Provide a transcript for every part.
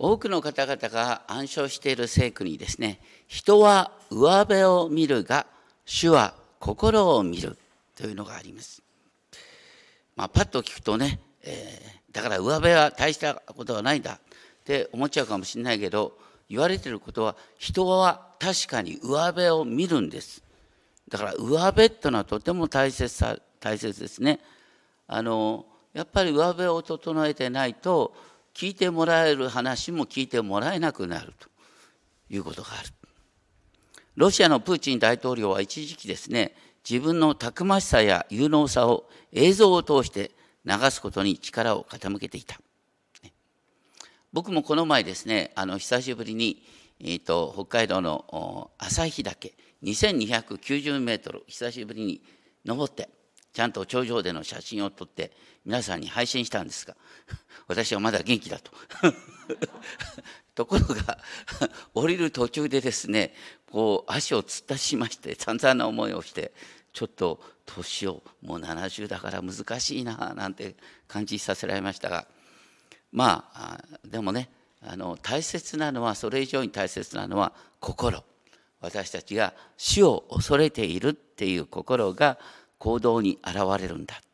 多くの方々が暗唱している聖句にですね、人は上辺を見るが、主は心を見るというのがあります。パッと聞くとね、だから上辺は大したことはないんだって思っちゃうかもしれないけど、言われていることは、人は確かに上辺を見るんです。だから上辺というのはとても大切ですね。やっぱり上辺を整えてないと、聞いてもらえる話も聞いてもらえなくなるということがある。ロシアのプーチン大統領は一時期ですね、自分のたくましさや有能さを映像を通して流すことに力を傾けていた。僕もこの前ですね、久しぶりに、北海道の旭岳2290メートル久しぶりに登って、ちゃんと頂上での写真を撮って皆さんに配信したんですが、私はまだ元気だと。ところが降りる途中でですね、足をつったしまして散々な思いをして、ちょっと年をもう70だから難しいななんて感じさせられましたが、でもね、大切なのは、それ以上に大切なのは心。私たちが死を恐れているっていう心が行動に現れるんだ。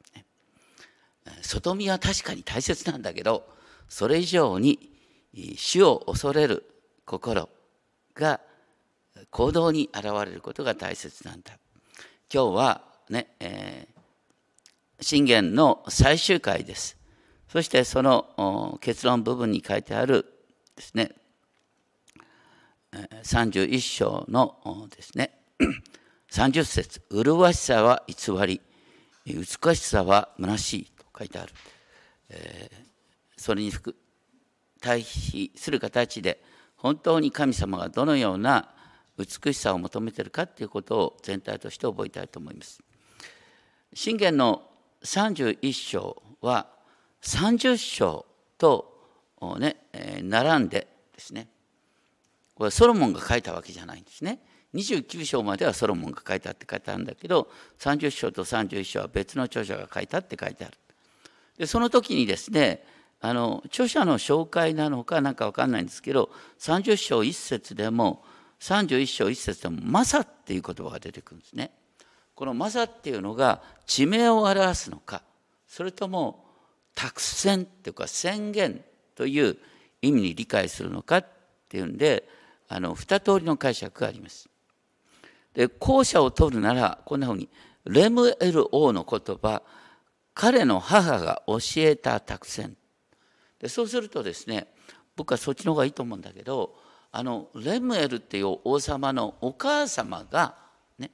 外見は確かに大切なんだけど、それ以上に死を恐れる心が行動に現れることが大切なんだ。今日はね、箴言の最終回です。そしてその結論部分に書いてあるですね、31章のですね、30節、麗しさは偽り、美しさは虚しいと書いてある。それに対比する形で、本当に神様がどのような美しさを求めているかということを全体として覚えたいと思います。箴言の31章は30章と、並んでですね、これソロモンが書いたわけじゃないんですね。29章まではソロモンが書いたって書いてあるんだけど、30章と31章は別の著者が書いたって書いてある。でその時にですね、著者の紹介なのかなんか分かんないんですけど、30章1節でも31章1節でもマサっていう言葉が出てくるんですね。このマサっていうのが地名を表すのか、それとも託宣っていうか宣言という意味に理解するのかっていうんで、2通りの解釈があります。で後者を取るならこんなふうに、レムエル王の言葉、彼の母が教えた託宣で、そうするとですね、僕はそっちの方がいいと思うんだけど、レムエルっていう王様のお母様がね、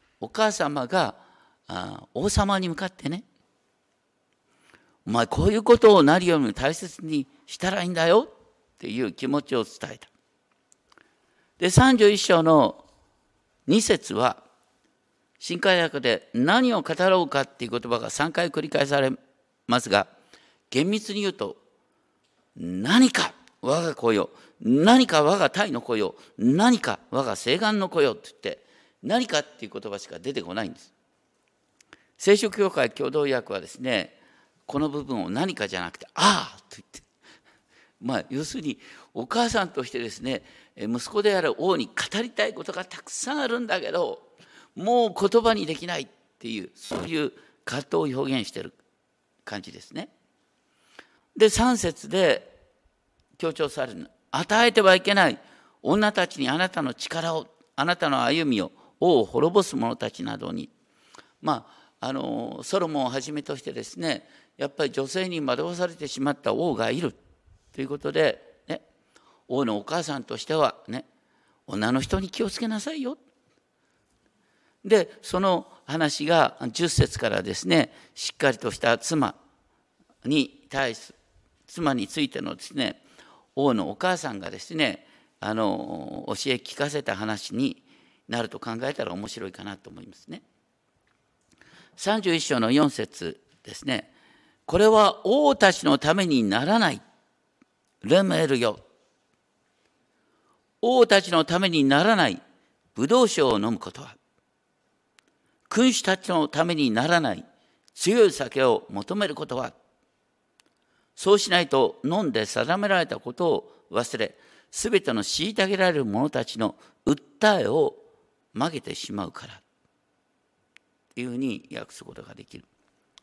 王様に向かってね、お前こういうことを何よりも大切にしたらいいんだよっていう気持ちを伝えた。で31章の2節は新海訳で何を語ろうかっていう言葉が3回繰り返されますが、厳密に言うと、何か我が子よ、何か我が体の子よ、何か我が誓願の子よって言って、何かっていう言葉しか出てこないんです。聖書教会共同訳はですね、この部分を何かじゃなくて、ああと言って、要するにお母さんとしてですね、息子である王に語りたいことがたくさんあるんだけど、もう言葉にできないっていう、そういう葛藤を表現している感じですね。で3節で強調される、与えてはいけない女たちにあなたの力を、あなたの歩みを、王を滅ぼす者たちなどに、ソロモンをはじめとしてですね、やっぱり女性に惑わされてしまった王がいるということで、ね、王のお母さんとしてはね、女の人に気をつけなさいよ。でその話が10節からですね、しっかりとした妻についてのですね、王のお母さんがですね、教え聞かせた話になると考えたら面白いかなと思いますね。31章の4節ですね、これは王たちのためにならない。レムエルよ。王たちのためにならないブドウ酒を飲むことは、君主たちのためにならない強い酒を求めることは、 そうしないと飲んで定められたことを忘れ、すべての虐げられる者たちの訴えを曲げてしまうからというふうに訳すことができる。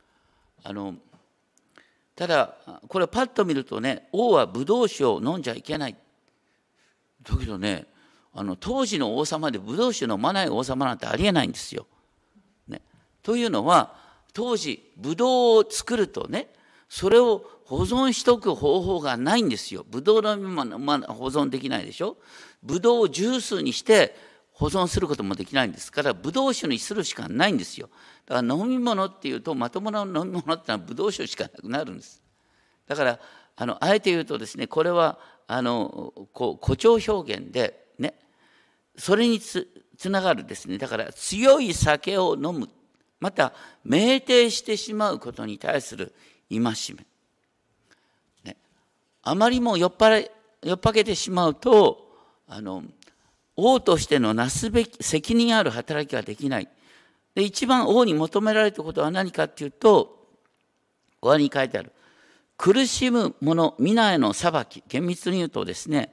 ただこれパッと見るとね、王はブドウ酒を飲んじゃいけない。だけどね、当時の王様でブドウ酒飲まない王様なんてありえないんですよ。ね、というのは当時ブドウを作るとね、それを保存しとく方法がないんですよ。ブドウのまま保存できないでしょ。ブドウをジュースにして保存することもできないんですから、ブドウ酒にするしかないんですよ。だから飲み物っていうと、まともな飲み物ってのはブドウ酒しかなくなるんです。だからあえて言うとですね、これは誇張表現でね、それにつながるですね。だから強い酒を飲む、また酩酊してしまうことに対する戒め、ね、あまりも酔っ払けてしまうと王としてのなすべき責任ある働きができない。で、一番王に求められたことは何かっていうと、ここに書いてある苦しむ者皆への裁き、厳密に言うとですね、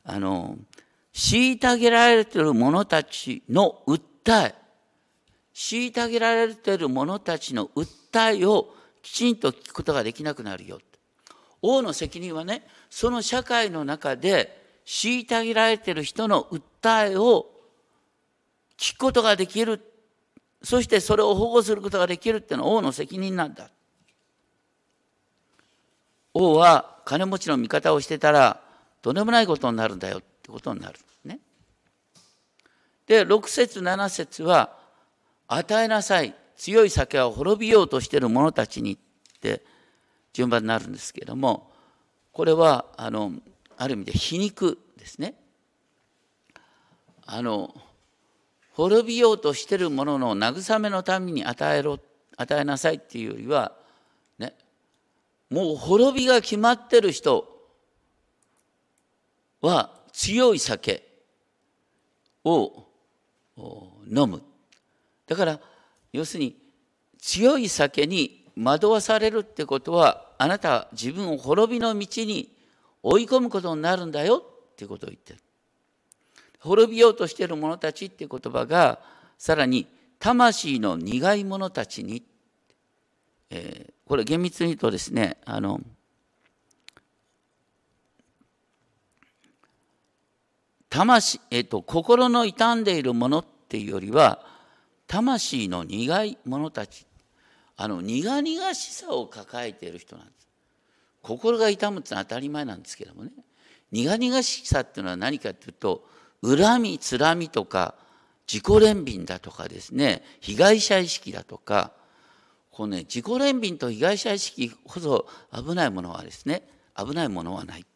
虐げられている者たちの訴え、虐げられている者たちの訴えをきちんと聞くことができなくなるよ。王の責任はね、その社会の中で虐げられている人の訴えを聞くことができる。そしてそれを保護することができるっていうのは王の責任なんだ。王は金持ちの味方をしてたらとんでもないことになるんだよってことになるね。で、6節7節は与えなさい、強い酒は滅びようとしている者たちにって順番になるんですけれども、これはある意味で皮肉ですね。滅びようとしている者の慰めのために与えなさいっていうよりはね、もう滅びが決まってる人は強い酒を飲む。だから要するに強い酒に惑わされるってことは、あなたは自分を滅びの道に追い込むことになるんだよっていうことを言ってる。滅びようとしている者たちっていう言葉がさらに魂の苦い者たちに、これ厳密に言うとですね、心の傷んでいるものっていうよりは魂の苦い者たち、苦々しさを抱えている人なんです。心が痛むってのは当たり前なんですけどもね、苦々しさっていうのは何かっていうと、恨みつらみとか自己憐憫だとかですね、被害者意識だとか、このね、自己憐憫と被害者意識こそ危ないものはですね、危ないものはない。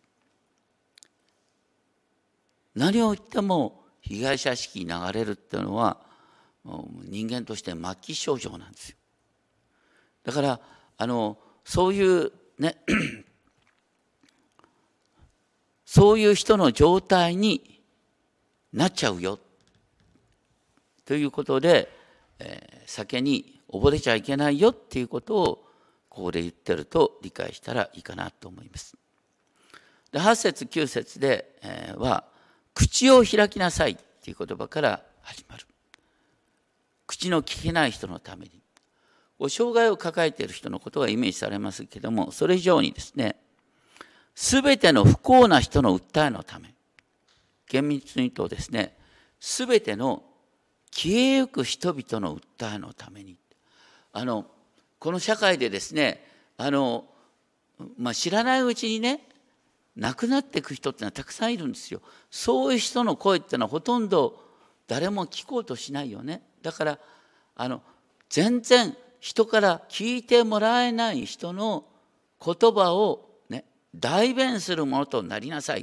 何を言っても被害者意識に流れるっていうのは人間として末期症状なんですよ。だからそういうねそういう人の状態になっちゃうよということで、酒に溺れちゃいけないよっていうことをここで言ってると理解したらいいかなと思います。で、8節9節では口を開きなさいっていう言葉から始まる。口の聞けない人のために、障害を抱えている人のことがイメージされますけれども、それ以上にですね、すべての不幸な人の訴えのため、厳密に言うとですね、すべての消えゆく人々の訴えのために、この社会でですね、知らないうちにね、亡くなっていく人ってのはたくさんいるんですよ。そういう人の声ってのはほとんど誰も聞こうとしないよね。だから全然人から聞いてもらえない人の言葉をね、代弁するものとなりなさい。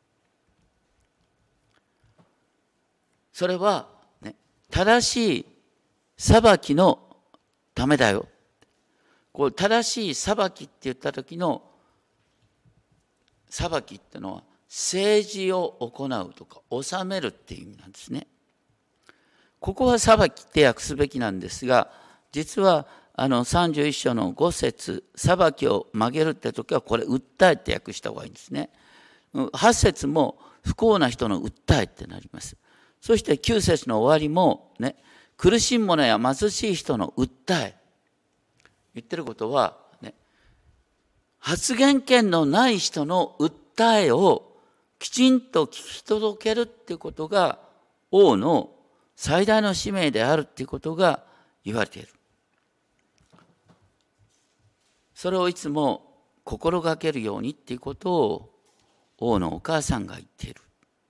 それは、ね、正しい裁きのためだよ。こう正しい裁きって言った時の裁きってのは政治を行うとか治めるっていう意味なんですね。ここは裁きって訳すべきなんですが、実は 31章の5節、裁きを曲げるって時はこれ訴えって訳した方がいいんですね。8節も不幸な人の訴えってなります。そして9節の終わりもね、苦しむ者や貧しい人の訴え。言ってることは、ね、発言権のない人の訴えをきちんと聞き届けるっていうことが王の最大の使命であるっていうことが言われている。それをいつも心がけるようにっていうことを王のお母さんが言っている。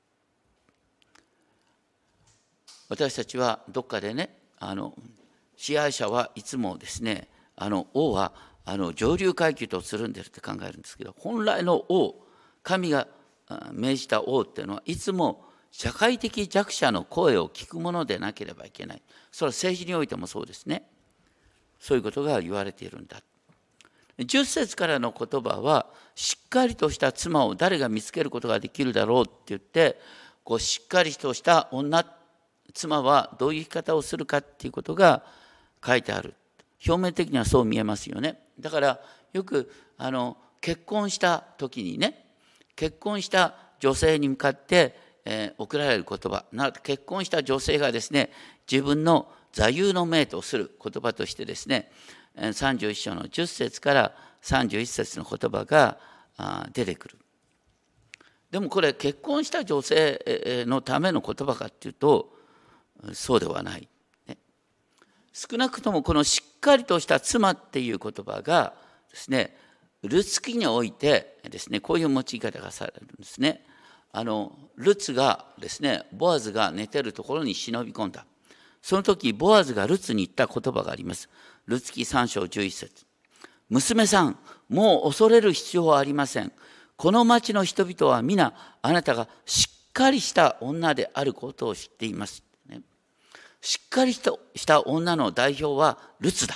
私たちはどっかでね、支配者はいつもですね、王は上流階級とつるんでるって考えるんですけど、本来の王、神が命じた王っていうのはいつも社会的弱者の声を聞くものでなければいけない。それは政治においてもそうですね。そういうことが言われているんだ。10節からの言葉は、しっかりとした妻を誰が見つけることができるだろうって言って、しっかりとした妻はどういう生き方をするかっていうことが書いてある。表面的にはそう見えますよね。だからよく結婚した時にね、結婚した女性に向かって送られる言葉、結婚した女性がですね、自分の座右の銘とする言葉としてですね、31章の10節から31節の言葉が出てくる。でもこれ結婚した女性のための言葉かっていうとそうではない。少なくともこのしっかりとした妻っていう言葉がですね、ルツ記においてですね、こういう用い方がされるんですね。ルツがですね、ボアズが寝てるところに忍び込んだ。その時ボアズがルツに言った言葉があります。ルツ記3章11節。娘さん、もう恐れる必要はありません。この町の人々は皆あなたがしっかりした女であることを知っています。しっかりした女の代表はルツだ。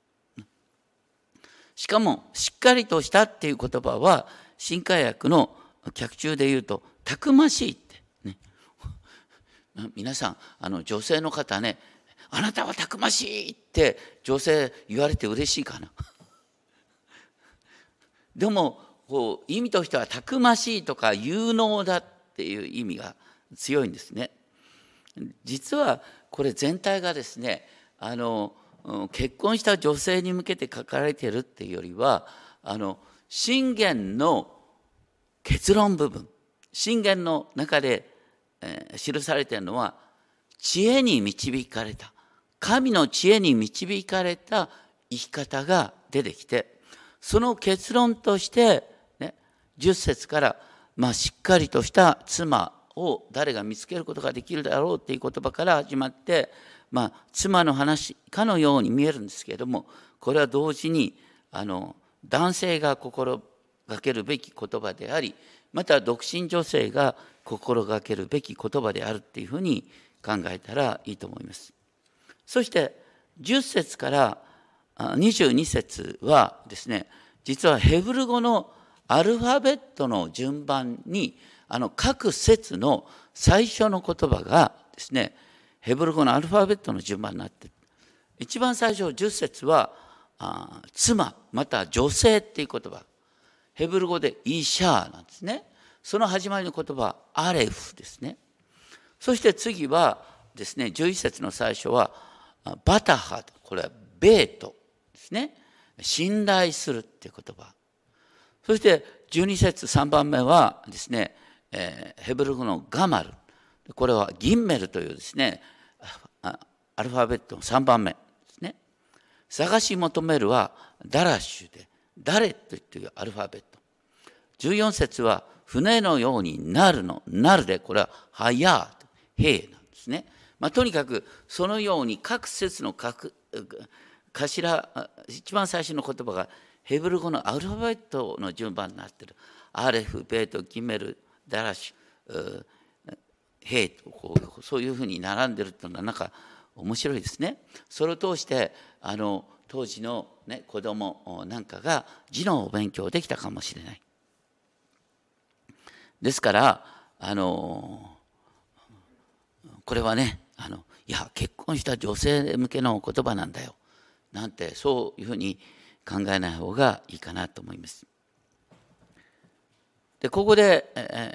しかもしっかりとしたっていう言葉は新海訳の脚注で言うとたくましいってね。皆さん女性の方ね、あなたはたくましいって女性言われて嬉しいかな。でも意味としてはたくましいとか有能だっていう意味が強いんですね。実はこれ全体がですね、結婚した女性に向けて書かれているっていうよりは箴言の結論部分、箴言の中で、記されているのは知恵に導かれた、神の知恵に導かれた生き方が出てきて、その結論として、ね、10節から、しっかりとした妻を誰が見つけることができるだろうっていう言葉から始まって、妻の話かのように見えるんですけれども、これは同時に男性が心がけるべき言葉であり、また独身女性が心がけるべき言葉であるっていうふうに考えたらいいと思います。そして10節から22節はですね、実はヘブル語のアルファベットの順番に各節の最初の言葉がですね、ヘブル語のアルファベットの順番になっている。一番最初10節は妻また女性っていう言葉、ヘブル語でイシャーなんですね。その始まりの言葉はアレフですね。そして次はですね、11節の最初はバタハ、これはベートですね。信頼するっていう言葉。そして12節3番目はですね、ヘブル語のガマル、これはギンメルというですね、アルファベットの3番目ですね。探し求めるはダラッシュで、ダレットというアルファベット。14節は船のようになるの、なるで、これはハヤー、兵なんですね。とにかくそのように各節の一番最初の言葉がヘブル語のアルファベットの順番になっている。アレフ、ベート、ギメル、ダラシュ、ヘイとそういうふうに並んでるというのはなんか面白いですね。それを通して当時の、子供なんかが字のお勉強できたかもしれない。ですからこれはねいや結婚した女性向けの言葉なんだよなんて、そういうふうに考えない方がいいかなと思います。で、ここで、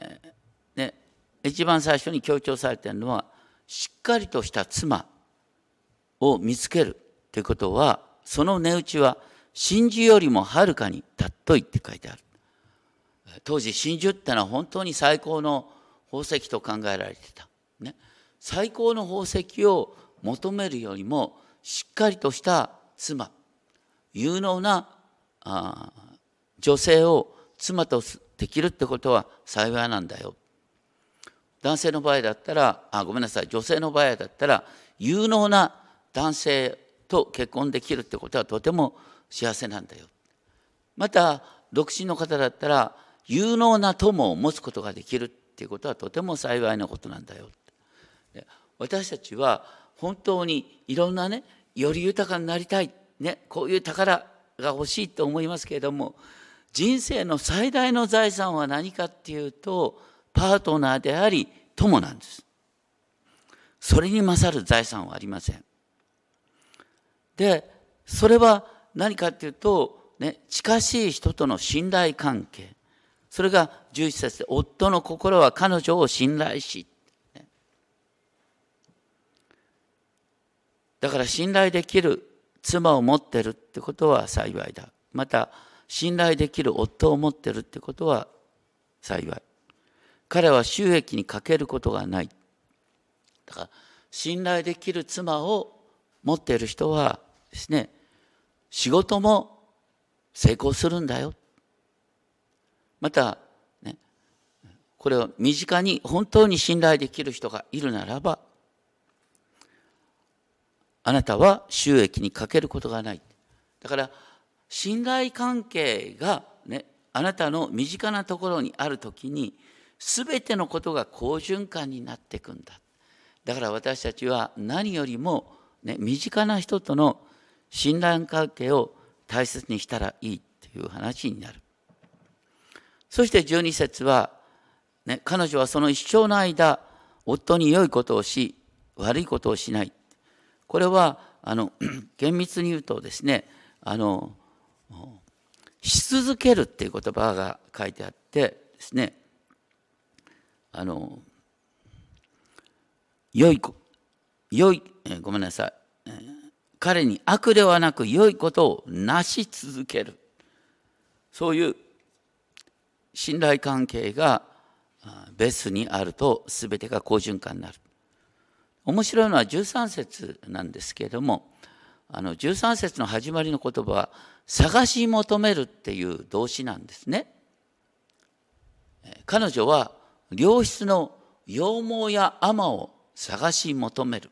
一番最初に強調されているのは、しっかりとした妻を見つけるということは、その値打ちは真珠よりもはるかに尊いって書いてある。当時真珠ってのは本当に最高の宝石と考えられてた。ね、最高の宝石を求めるよりもしっかりとした妻、有能な女性を妻とできるってことは幸いなんだよ。男性の場合だったら、女性の場合だったら、有能な男性と結婚できるってことはとても幸せなんだよ。また、独身の方だったら、有能な友を持つことができるっていうことはとても幸いなことなんだよ。私たちは本当にいろんなね、より豊かになりたい、ね、こういう宝が欲しいと思いますけれども、人生の最大の財産は何かっていうと、パートナーであり友なんです。それに勝る財産はありません。で、それは何かっていうと、ね、近しい人との信頼関係。それが11節で、夫の心は彼女を信頼し。だから信頼できる妻を持ってるってことは幸いだ。また、信頼できる夫を持ってるってことは幸い。彼は収益に欠けることがない。だから、信頼できる妻を持っている人はですね、仕事も成功するんだよ。また、ね、これを身近に本当に信頼できる人がいるならば、あなたは収益に欠けることがない。だから、信頼関係がね、あなたの身近なところにあるときに、すべてのことが好循環になっていくんだ。だから私たちは何よりも、ね、身近な人との信頼関係を大切にしたらいいっていう話になる。そして12節は、ね、彼女はその一生の間、夫に良いことをし、悪いことをしない。これは厳密に言うとですね、し続けるっていう言葉が書いてあってですね、ごめんなさい。彼に悪ではなく良いことをなし続ける。そういう信頼関係がベースにあると全てが好循環になる。面白いのは13節なんですけれども、13節の始まりの言葉は探し求めるっていう動詞なんですね。彼女は良質の羊毛や亜麻を探し求める。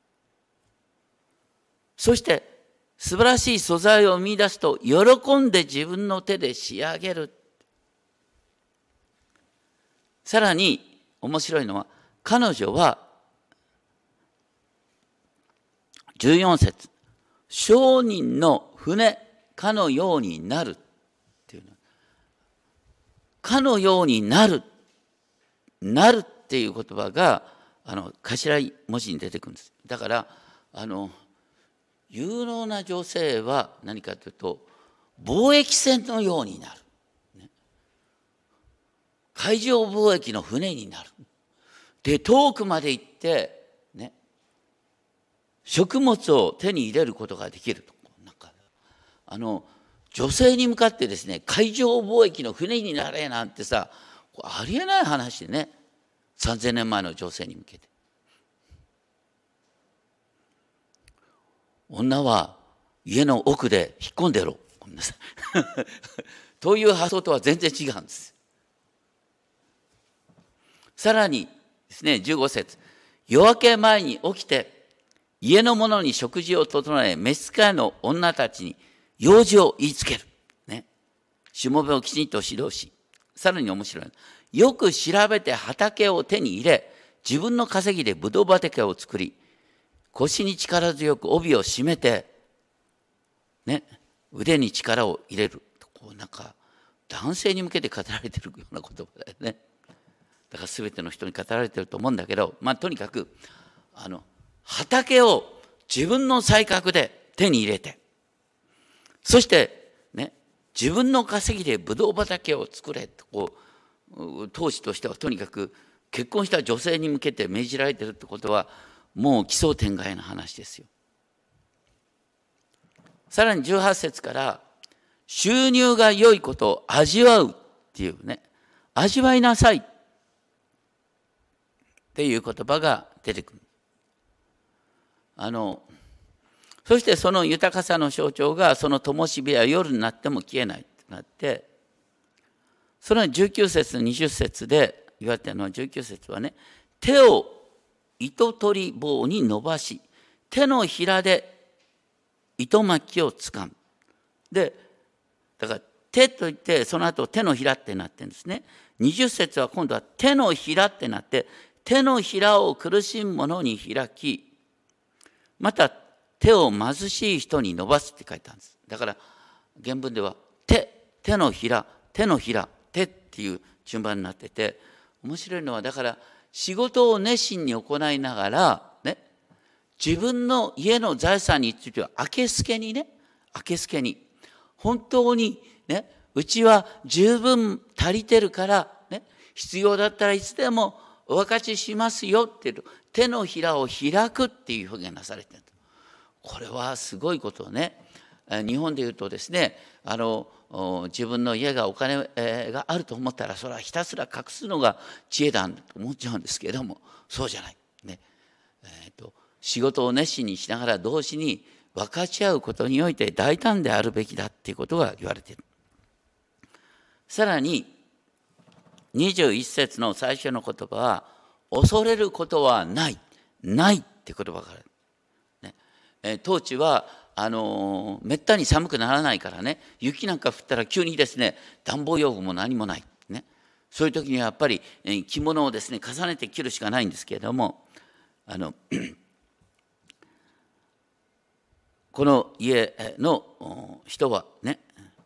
そして素晴らしい素材を見出すと喜んで自分の手で仕上げる。さらに面白いのは、彼女は14節、商人の船かのようになるっていうの。かのようになるっていう言葉が頭文字に出てくるんです。だから有能な女性は何かというと、貿易船のようになる、ね、海上貿易の船になる。で、遠くまで行ってね、食物を手に入れることができると。なんか女性に向かってですね、海上貿易の船になれなんてさ、ありえない話でね、3000年前の女性に向けて。女は家の奥で引っ込んでろ。ごめんなさい。という発想とは全然違うんです。さらにですね、15節、夜明け前に起きて、家の者に食事を整え、召使いの女たちに用事を言いつける。ね。しもべをきちんと指導し、さらに面白い。よく調べて畑を手に入れ、自分の稼ぎでブドウ畑を作り、腰に力強く帯を締めて、ね、腕に力を入れる。こうなんか男性に向けて語られているような言葉だよね。だから全ての人に語られていると思うんだけど、とにかく畑を自分の才覚で手に入れて、 そしてね、自分の稼ぎでブドウ畑を作れとこう当時としてはとにかく結婚した女性に向けて命じられているってことはもう奇想天外な話ですよ。さらに18節から収入が良いことを味わうっていうね、味わいなさいっていう言葉が出てくる。そしてその豊かさの象徴がその灯火は夜になっても消えないとなって、その19節20節で言われているのは、19節はね、手を糸取り棒に伸ばし手のひらで糸巻きをつかむ。でだから手といってその後手のひらってなってるんですね。20節は今度は手のひらってなって、手のひらを苦しむ者に開き、また手を貧しい人に伸ばすって書いてあるんです。だから原文では手のひら手っていう順番になってて、面白いのはだから仕事を熱心に行いながらね、自分の家の財産については明けすけに本当にね、うちは十分足りてるからね、必要だったらいつでもお分かちしますよっていう手のひらを開くっていう表現なされている。これはすごいことをね、日本でいうとですね、自分の家がお金があると思ったらそれはひたすら隠すのが知恵だと思っちゃうんですけれども、そうじゃない、ね。仕事を熱心にしながら同時に分かち合うことにおいて大胆であるべきだっていうことが言われている。さらに21節の最初の言葉は恐れることはないって言葉がある、ね。当地はめったに寒くならないからね、雪なんか降ったら急にですね、暖房用具も何もない、ね、そういう時にはやっぱり着物をですね重ねて着るしかないんですけれども、この家の人はね、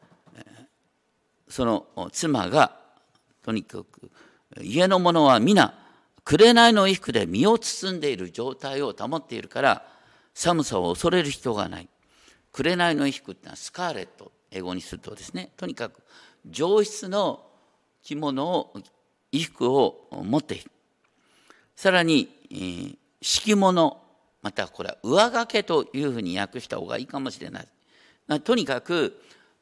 その妻がとにかく家の者は皆紅の衣服で身を包んでいる状態を保っているから寒さを恐れる必要がない。紅の衣服ってのはスカーレット、英語にするとですね、とにかく上質の着物を衣服を持っている。さらに敷物、またこれは上掛けというふうに訳した方がいいかもしれない。とにかく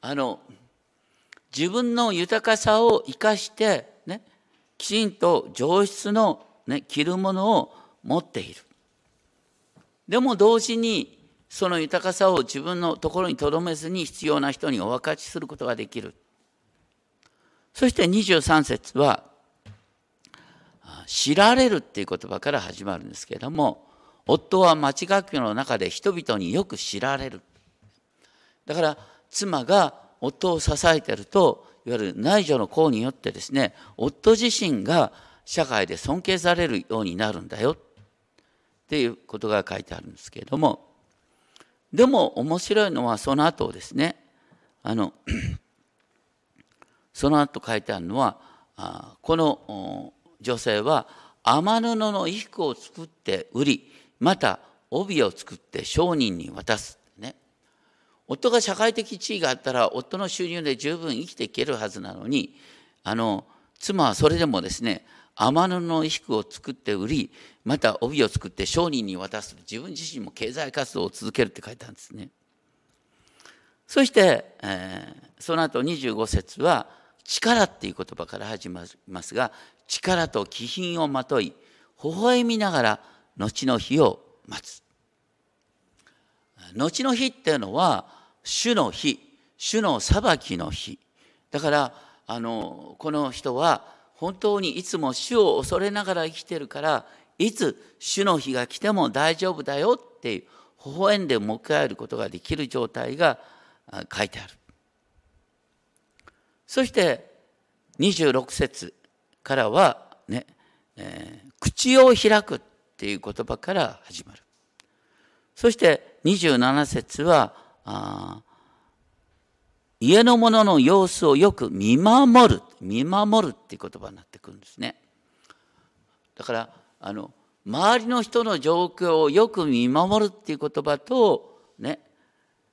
自分の豊かさを生かしてね、きちんと上質の、ね、着るものを持っている。でも同時にその豊かさを自分のところにとどめずに必要な人にお分かちすることができる。そして23節は知られるっていう言葉から始まるんですけれども、夫は町学校の中で人々によく知られる。だから妻が夫を支えていると、いわゆる内助の功によってですね、夫自身が社会で尊敬されるようになるんだよっていうことが書いてあるんですけれども、でも面白いのはその後ですね、その後書いてあるのは、この女性は天布の衣服を作って売り、また帯を作って商人に渡す、ね。夫が社会的地位があったら夫の収入で十分生きていけるはずなのに、妻はそれでもですね、天布の衣服を作って売り、また帯を作って商人に渡す、自分自身も経済活動を続けるって書いてあるんですね。そして、その後25節は力っていう言葉から始まりますが、力と気品をまとい微笑みながら後の日を待つ。後の日っていうのは主の日、主の裁きの日だから、この人は本当にいつも主を恐れながら生きてるから、いつ主の日が来ても大丈夫だよっていう微笑んで迎えることができる状態が書いてある。そして26節からはね、口を開くっていう言葉から始まる。そして27節は家の者の様子をよく見守るっていう言葉になってくるんですね。だから周りの人の状況をよく見守るっていう言葉とね、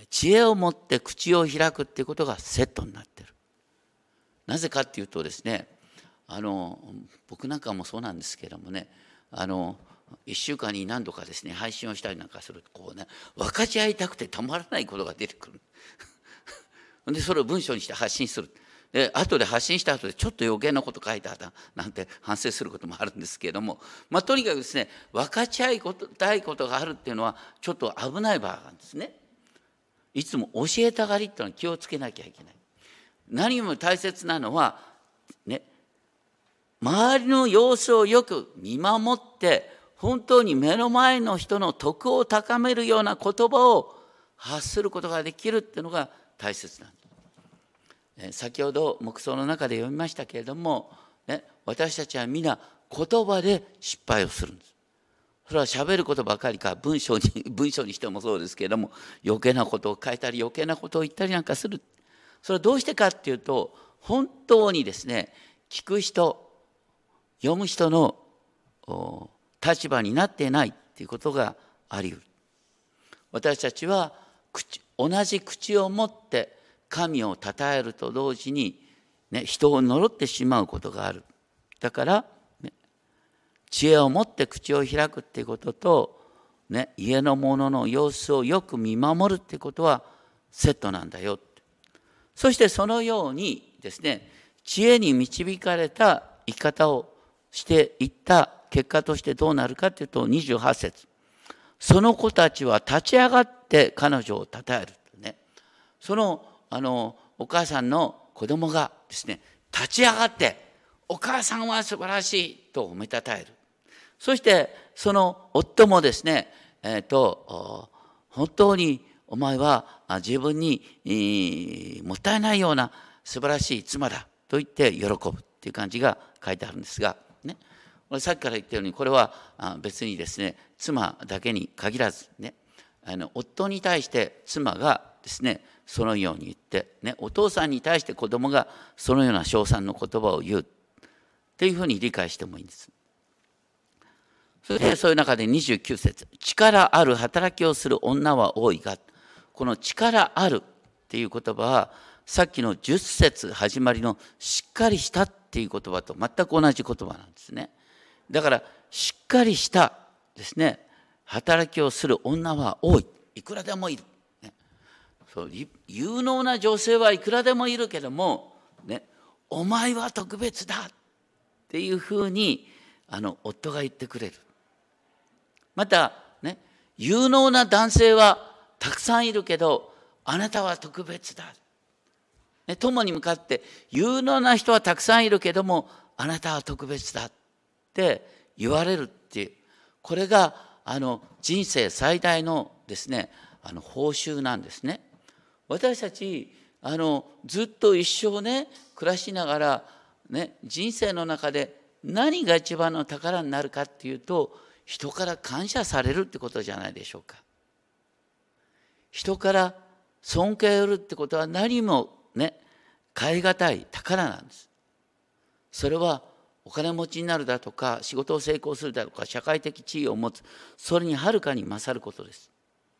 知恵を持って口を開くっていうことがセットになっている。なぜかっていうとですね、僕なんかもそうなんですけどもね、1週間に何度かですね配信をしたりなんかするとこうね、分かち合いたくてたまらないことが出てくる。でそれを文章にして発信する。で後で発信した後でちょっと余計なこと書いてあったなんて反省することもあるんですけれども、とにかくですね、分かち合いたいことがあるっていうのはちょっと危ない場合なんですね。いつも教えたがりっていうのは気をつけなきゃいけない。何よりも大切なのはね、周りの様子をよく見守って本当に目の前の人の徳を高めるような言葉を発することができるっていうのが大切なんです。先ほど黙想の中で読みましたけれども、ね、私たちは皆言葉で失敗をするんです。それは喋ることばかりか文章にしてもそうですけれども、余計なことを書いたり余計なことを言ったりなんかする。それはどうしてかっていうと、本当にですね、聞く人読む人の立場になっていないっていうことがあり得る。私たちは同じ口を持って神を称えると同時に、ね、人を呪ってしまうことがある。だから、ね、知恵を持って口を開くっていうことと、ね、家の者の様子をよく見守るっていうことはセットなんだよ。そしてそのようにですね、知恵に導かれた生き方をしていった結果としてどうなるかというと、28節。その子たちは立ち上がって彼女を称える。ね、そのお母さんの子供がですね、立ち上がってお母さんは素晴らしいと褒めたたえる。そしてその夫もですね、本当にお前は自分にもったいないような素晴らしい妻だと言って喜ぶっていう感じが書いてあるんですが、ね、さっきから言ったようにこれは別にですね、妻だけに限らずね、夫に対して妻がですねそのように言って、ね、お父さんに対して子供がそのような称賛の言葉を言うっていうふうに理解してもいいんです。それでそういう中で29節、力ある働きをする女は多いが、この力あるっていう言葉はさっきの10節始まりのしっかりしたっていう言葉と全く同じ言葉なんですね。だからしっかりしたですね働きをする女は多い、いくらでもいる。そう有能な女性はいくらでもいるけども、ね、お前は特別だっていうふうに夫が言ってくれる。また、ね、有能な男性はたくさんいるけどあなたは特別だ、ね、友に向かって有能な人はたくさんいるけどもあなたは特別だって言われるっていう、これが人生最大のですね報酬なんですね。私たちずっと一生ね暮らしながら、ね、人生の中で何が一番の宝になるかっていうと、人から感謝されるってことじゃないでしょうか。人から尊敬を得るってことは何もね代え難い宝なんです。それはお金持ちになるだとか仕事を成功するだとか社会的地位を持つ、それにはるかに勝ることです。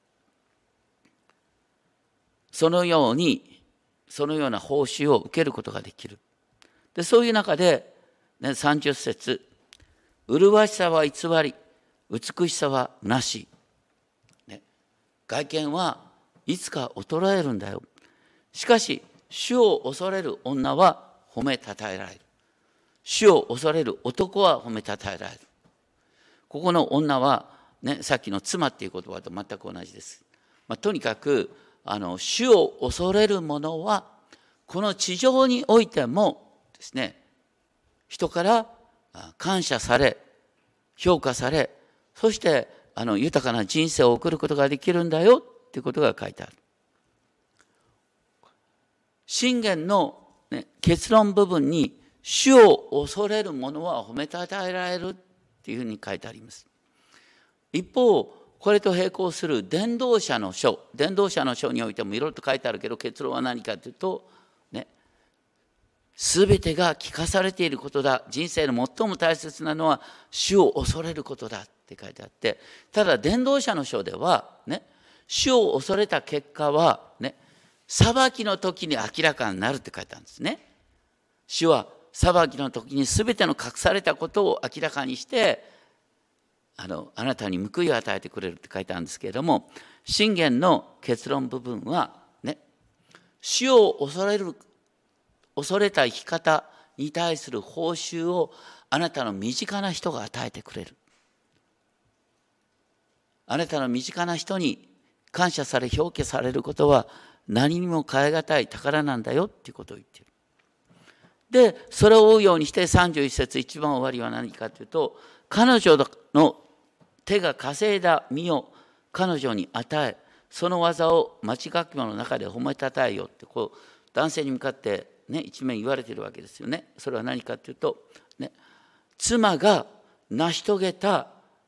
そのような報酬を受けることができる。でそういう中で、ね、30節、麗しさは偽り、美しさは虚しい、ね、外見はいつか衰えるんだよ。しかし主を恐れる女は褒めたたえられる。主を恐れる男は褒めたたえられる。ここの女は、ね、さっきの妻っていう言葉と全く同じです。とにかく主を恐れる者はこの地上においてもですね、人から感謝され評価され、そして豊かな人生を送ることができるんだよっていうことが書いてある。箴言の、ね、結論部分に主を恐れる者は褒めたたえられるっていうふうに書いてあります。一方これと並行する伝道者の書においてもいろいろと書いてあるけど、結論は何かというと、ね、全てが聞かされていることだ、人生の最も大切なのは主を恐れることだって書いてあって、ただ伝道者の書では、ね、 主を恐れた結果はね、裁きの時に明らかになるって書いてあるんですね。主は裁きの時に全ての隠されたことを明らかにしてあなたに報いを与えてくれるって書いてあるんですけれども、箴言の結論部分はね、主を恐れた生き方に対する報酬をあなたの身近な人が与えてくれる。あなたの身近な人に感謝され評価されることは何にも代え難い宝なんだよっていうことを言っている。でそれを追うようにして31節一番終わりは何かというと、彼女の手が稼いだ身を彼女に与え、その技を町書き場の中で褒めたたえよってこう男性に向かってね一面言われているわけですよね。それは何かというと、ね、妻が成し遂げた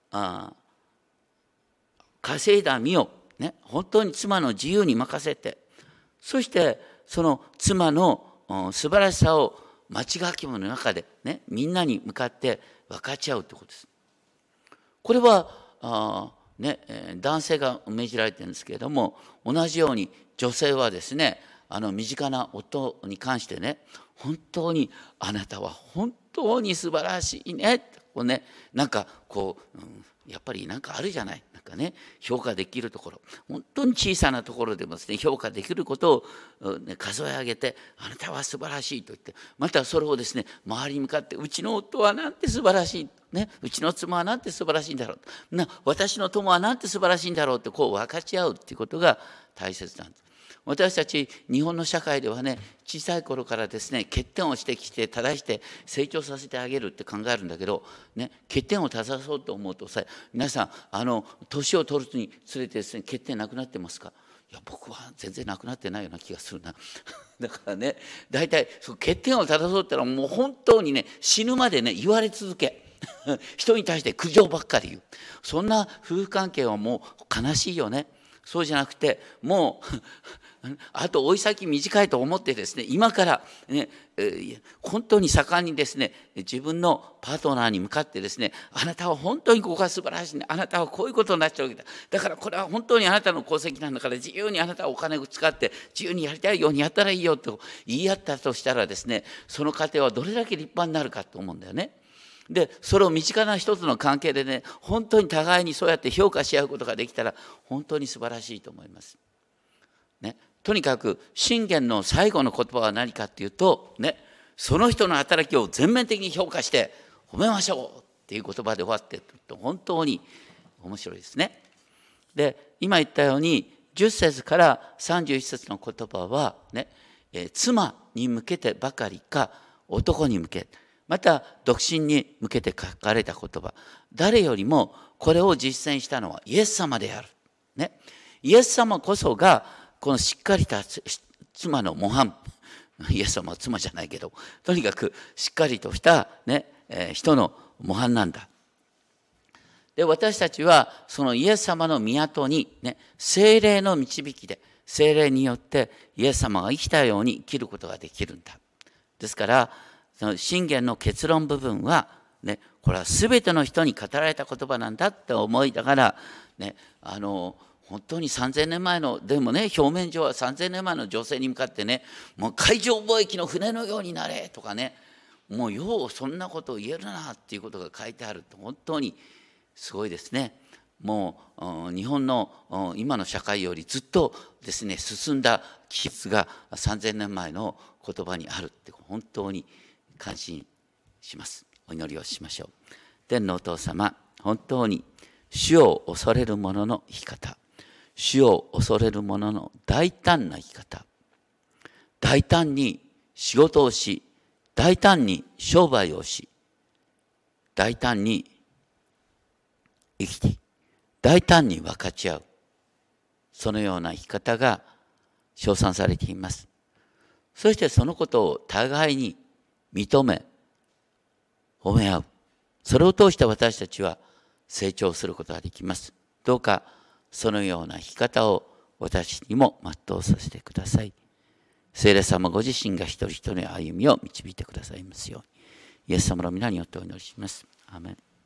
稼いだ身を、ね、本当に妻の自由に任せて、そしてその妻の素晴らしさを町書き場の中で、ね、みんなに向かって分かち合うということです。これは男性が命じられてるんですけれども、同じように女性はですね、身近な夫に関してね、本当にあなたは本当に素晴らしいね、こうね、なんかこう、やっぱりなんかあるじゃない、なんかね、評価できるところ、本当に小さなところでもですね、評価できることを、数え上げて、あなたは素晴らしいと言って、またそれをですね、周りに向かって、うちの夫はなんて素晴らしい、ね、うちの妻はなんて素晴らしいんだろう、私の友はなんて素晴らしいんだろうってこう分かち合うっていうことが大切なんです。私たち日本の社会ではね、小さい頃からですね、欠点を指摘して正して成長させてあげるって考えるんだけど、ね、欠点を正そうと思うとさ、皆さん年を取るにつれてですね、欠点なくなってますか？いや僕は全然なくなってないような気がするな。だからね、大体欠点を正そうってのはもう本当にね、死ぬまでね言われ続け。人に対して苦情ばっかり言う。そんな夫婦関係はもう悲しいよね。そうじゃなくて、もうあと追い先短いと思ってですね、今からね、本当に盛んにですね、自分のパートナーに向かってですね、あなたは本当にここが素晴らしいね、あなたはこういうことになっちゃうわけだ、だからこれは本当にあなたの功績なんだから、自由にあなたはお金を使って自由にやりたいようにやったらいいよと言い合ったとしたらですね、その家庭はどれだけ立派になるかと思うんだよね。でそれを身近な一つの関係でね、本当に互いにそうやって評価し合うことができたら本当に素晴らしいと思います。ね、とにかく箴言の最後の言葉は何かっていうと、ね、その人の働きを全面的に評価して褒めましょうっていう言葉で終わってると本当に面白いですね。で今言ったように10節から31節の言葉は、ね、妻に向けてばかりか男に向け、また独身に向けて書かれた言葉、誰よりもこれを実践したのはイエス様である、ね、イエス様こそがこのしっかりした妻の模範、イエス様は妻じゃないけど、とにかくしっかりとした、ね人の模範なんだ。で私たちはそのイエス様の港に、ね、聖霊の導きで、聖霊によってイエス様が生きたように生きることができるんだ。ですからその箴言の結論部分は、ね、これは全ての人に語られた言葉なんだって思いながら、ね、本当に3000年前の、でもね、表面上は3000年前の女性に向かってね、もう海上貿易の船のようになれとかね、もうようそんなことを言えるなっていうことが書いてあると本当にすごいですね。もう日本の今の社会よりずっとですね進んだ技術が3000年前の言葉にあるって本当に感心します。お祈りをしましょう。天のお父様、本当に主を恐れる者の生き方、主を恐れる者の大胆な生き方、大胆に仕事をし、大胆に商売をし、大胆に生きて、大胆に分かち合う、そのような生き方が称賛されています。そしてそのことを互いに認め、褒め合う。それを通して私たちは成長することができます。どうかそのような生き方を私にも全うさせてください。聖霊様ご自身が一人一人の歩みを導いてくださいますように。イエス様の皆によってお祈りします。アーメン。